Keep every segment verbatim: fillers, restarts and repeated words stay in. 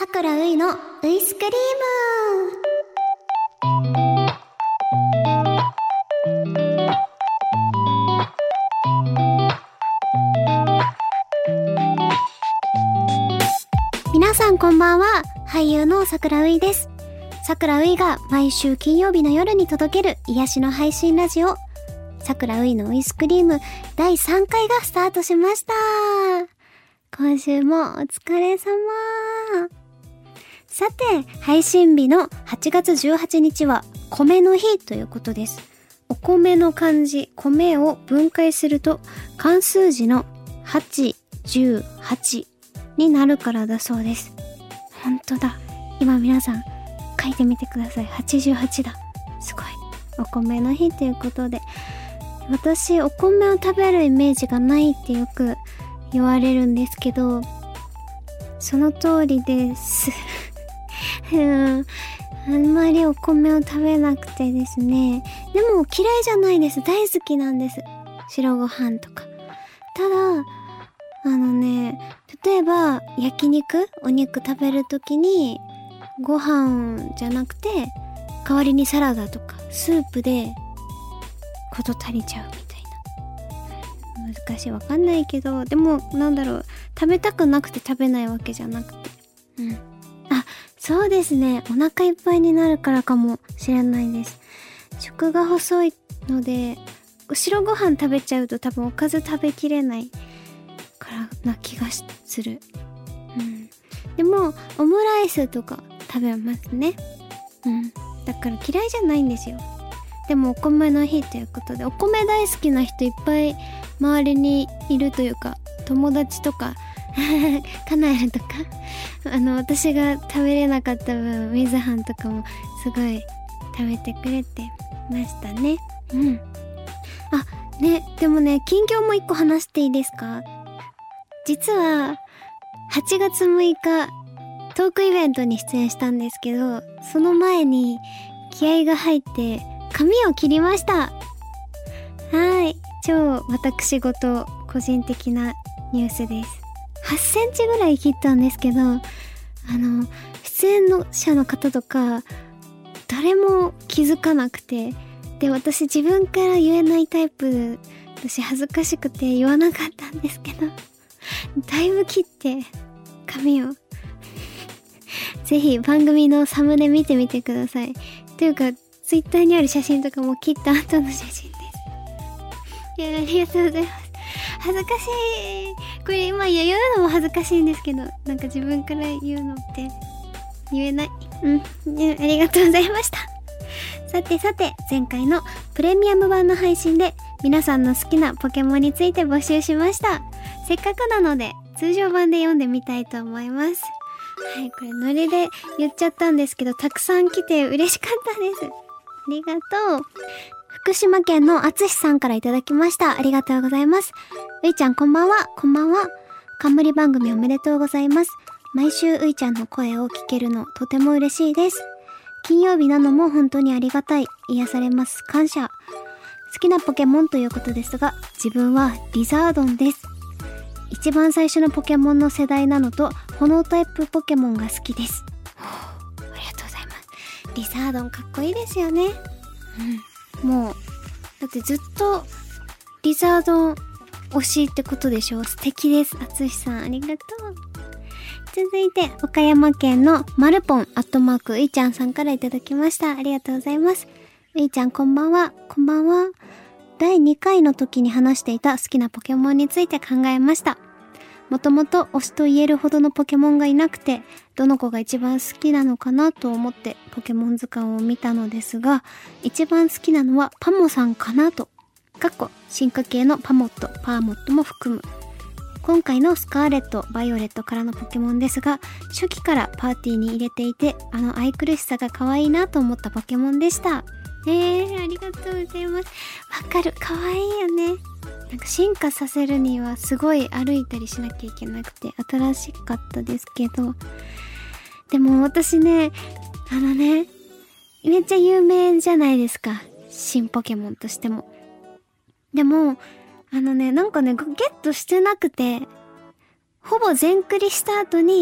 さくらういのウイスクリーム。皆さんこんばんは。俳優のさくらういです。さくらういが毎週金曜日の夜に届ける癒しの配信ラジオ、さくらういのウイスクリームだいさんかいがスタートしました。今週もお疲れ様。さて、配信日のはちがつじゅうはちにちは米の日ということです。お米の漢字、米を分解すると漢数字のはち、じゅうはちになるからだそうです。ほんとだ。今皆さん書いてみてください。はちじゅうはちだ。すごい。お米の日ということで、私お米を食べるイメージがないってよく言われるんですけど、その通りですうん、あんまりお米を食べなくてですね。でも嫌いじゃないです。大好きなんです。白ご飯とか。ただあのね、例えば焼肉、お肉食べるときにご飯じゃなくて代わりにサラダとかスープでこと足りちゃうみたいな。難しい、わかんないけど、でもなんだろう、食べたくなくて食べないわけじゃなくて、うん、あ、そうですね、お腹いっぱいになるからかもしれないです。食が細いので白ご飯食べちゃうと多分おかず食べきれないからな気がする。うん。でもオムライスとか食べますね。うん。だから嫌いじゃないんですよ。でもお米の日ということで、お米大好きな人いっぱい周りにいるというか、友達とかカナエルとか、あの私が食べれなかった分、みずはんとかもすごい食べてくれてましたね。うん。あ、ね、でもね、近況も一個話していいですか？実ははちがつむいかトークイベントに出演したんですけど、その前に気合が入って髪を切りました。はい、超私事個人的なニュースです。はちセンチぐらい切ったんですけど、あの出演の者の方とか誰も気づかなくて、で私自分から言えないタイプ、私恥ずかしくて言わなかったんですけど、だいぶ切って髪をぜひ番組のサムネ見てみてください。というかツイッターにある写真とかも切った後の写真です。いや、ありがとうございます。恥ずかしい。これ今言うのも恥ずかしいんですけど、なんか自分から言うのって言えない。うん、ありがとうございました。さてさて、前回のプレミアム版の配信で皆さんの好きなポケモンについて募集しました。せっかくなので通常版で読んでみたいと思います。はい、これノリで言っちゃったんですけど、たくさん来て嬉しかったです。ありがとう。福島県のあつしさんからいただきました。ありがとうございます。ういちゃんこんばんは。こんばんは。冠番組おめでとうございます。毎週ういちゃんの声を聞けるのとても嬉しいです。金曜日なのも本当にありがたい。癒されます。感謝。好きなポケモンということですが、自分はリザードンです。一番最初のポケモンの世代なのと炎タイプポケモンが好きです。ありがとうございます。リザードンかっこいいですよね。うん、もうだってずっとリザードン推しってことでしょ。素敵です。あつしさんありがとう。続いて岡山県のマルポンアットマークういちゃんさんからいただきました。ありがとうございます。ういちゃんこんばんは。こんばんは。だいにかいの時に話していた好きなポケモンについて考えました。もともと推しと言えるほどのポケモンがいなくて、どの子が一番好きなのかなと思ってポケモン図鑑を見たのですが、一番好きなのはパモさんかなと。かっこ進化系のパモット、パーモットも含む。今回のスカーレット、バイオレットからのポケモンですが、初期からパーティーに入れていて、あの愛くるしさが可愛いなと思ったポケモンでした。えー、ありがとうございます。わかる、可愛いよね。なんか進化させるにはすごい歩いたりしなきゃいけなくて新しかったですけど、でも私ね、あのね、めっちゃ有名じゃないですか、新ポケモンとしても。でもあのね、なんかねゲットしてなくて、ほぼ全クリした後に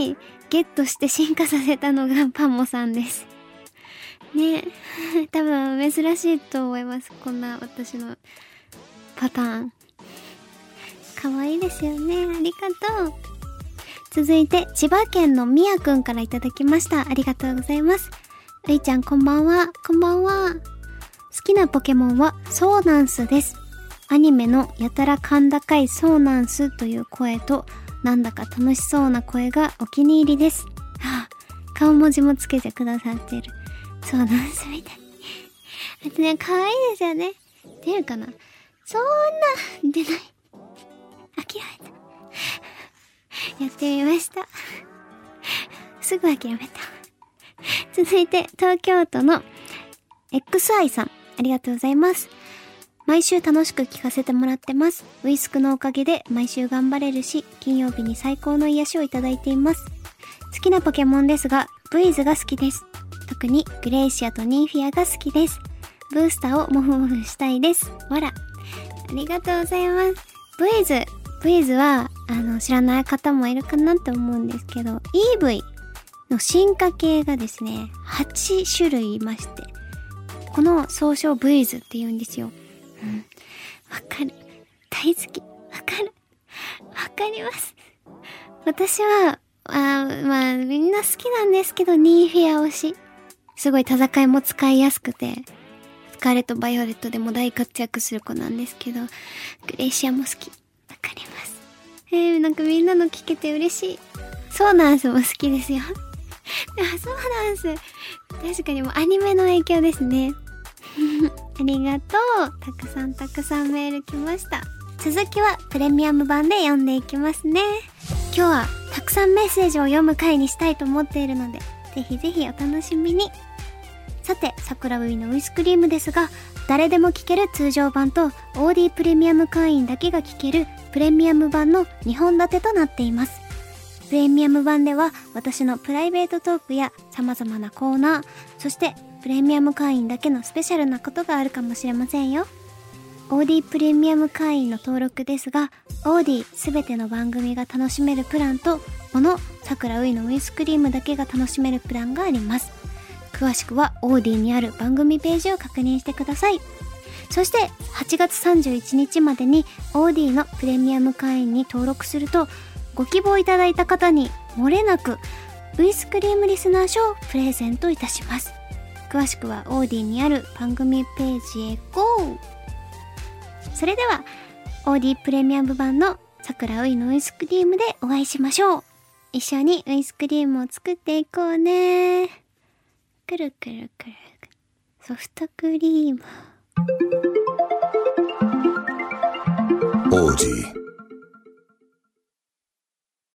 ゲットして進化させたのがパンモさんです。ね多分珍しいと思います。こんな私のパターン。可愛いですよね。ありがとう。続いて、千葉県のみやくんからいただきました。ありがとうございます。ういちゃんこんばんは。こんばんは。好きなポケモンはソーナンスです。アニメのやたら甲高いソーナンスという声と、なんだか楽しそうな声がお気に入りです。はあ、顔文字もつけてくださってる。ソーナンスみたい。あとね、可愛いですよね。出るかな？そんな、出ない。諦めた。やってみました。すぐ諦めた。続いて、東京都の エックスアイ さん。ありがとうございます。毎週楽しく聞かせてもらってます。ウイスクのおかげで毎週頑張れるし、金曜日に最高の癒しをいただいています。好きなポケモンですが、ブイズが好きです。特にグレイシアとニンフィアが好きです。ブースターをモフモフしたいです。わら。ありがとうございます。ブイズ。ブイズは、あの、知らない方もいるかなって思うんですけど、イーブイ の進化系がですね、はちしゅるいいまして、この総称 ブイズ って言うんですよ。うん。わかる。大好き。わかる。わかります。私は、あまあ、みんな好きなんですけど、ニーフィア推し。すごい戦いも使いやすくて、スカーレット・バイオレットでも大活躍する子なんですけど、グレイシアも好き。わかります。えー、なんかみんなの聞けて嬉しい。ソーナンスも好きですよ。あ、ソーナンス。確かにもうアニメの影響ですね。ありがとう。たくさんたくさんメール来ました。続きはプレミアム版で読んでいきますね。今日はたくさんメッセージを読む回にしたいと思っているので、ぜひぜひお楽しみに。さて、桜ウイのウイスクリームですが、誰でも聞ける通常版と オーディー プレミアム会員だけが聞けるプレミアム版のにほん立てとなっています。プレミアム版では私のプライベートトークや様々なコーナー、そしてプレミアム会員だけのスペシャルなことがあるかもしれませんよ。オーディー プレミアム会員の登録ですが、オーディー すべての番組が楽しめるプランと、この桜ウイのウイスクリームだけが楽しめるプランがあります。詳しくは オーディー にある番組ページを確認してください。そしてはちがつさんじゅういちにちまでに オーディー のプレミアム会員に登録すると、ご希望いただいた方に漏れなくウイスクリームリスナー賞をプレゼントいたします。詳しくは オーディー にある番組ページへ ゴー。 それでは オーディー プレミアム版の桜ウイのウイスクリームでお会いしましょう。一緒にウイスクリームを作っていこうね。くるくるくるソフトクリーム。 オーディー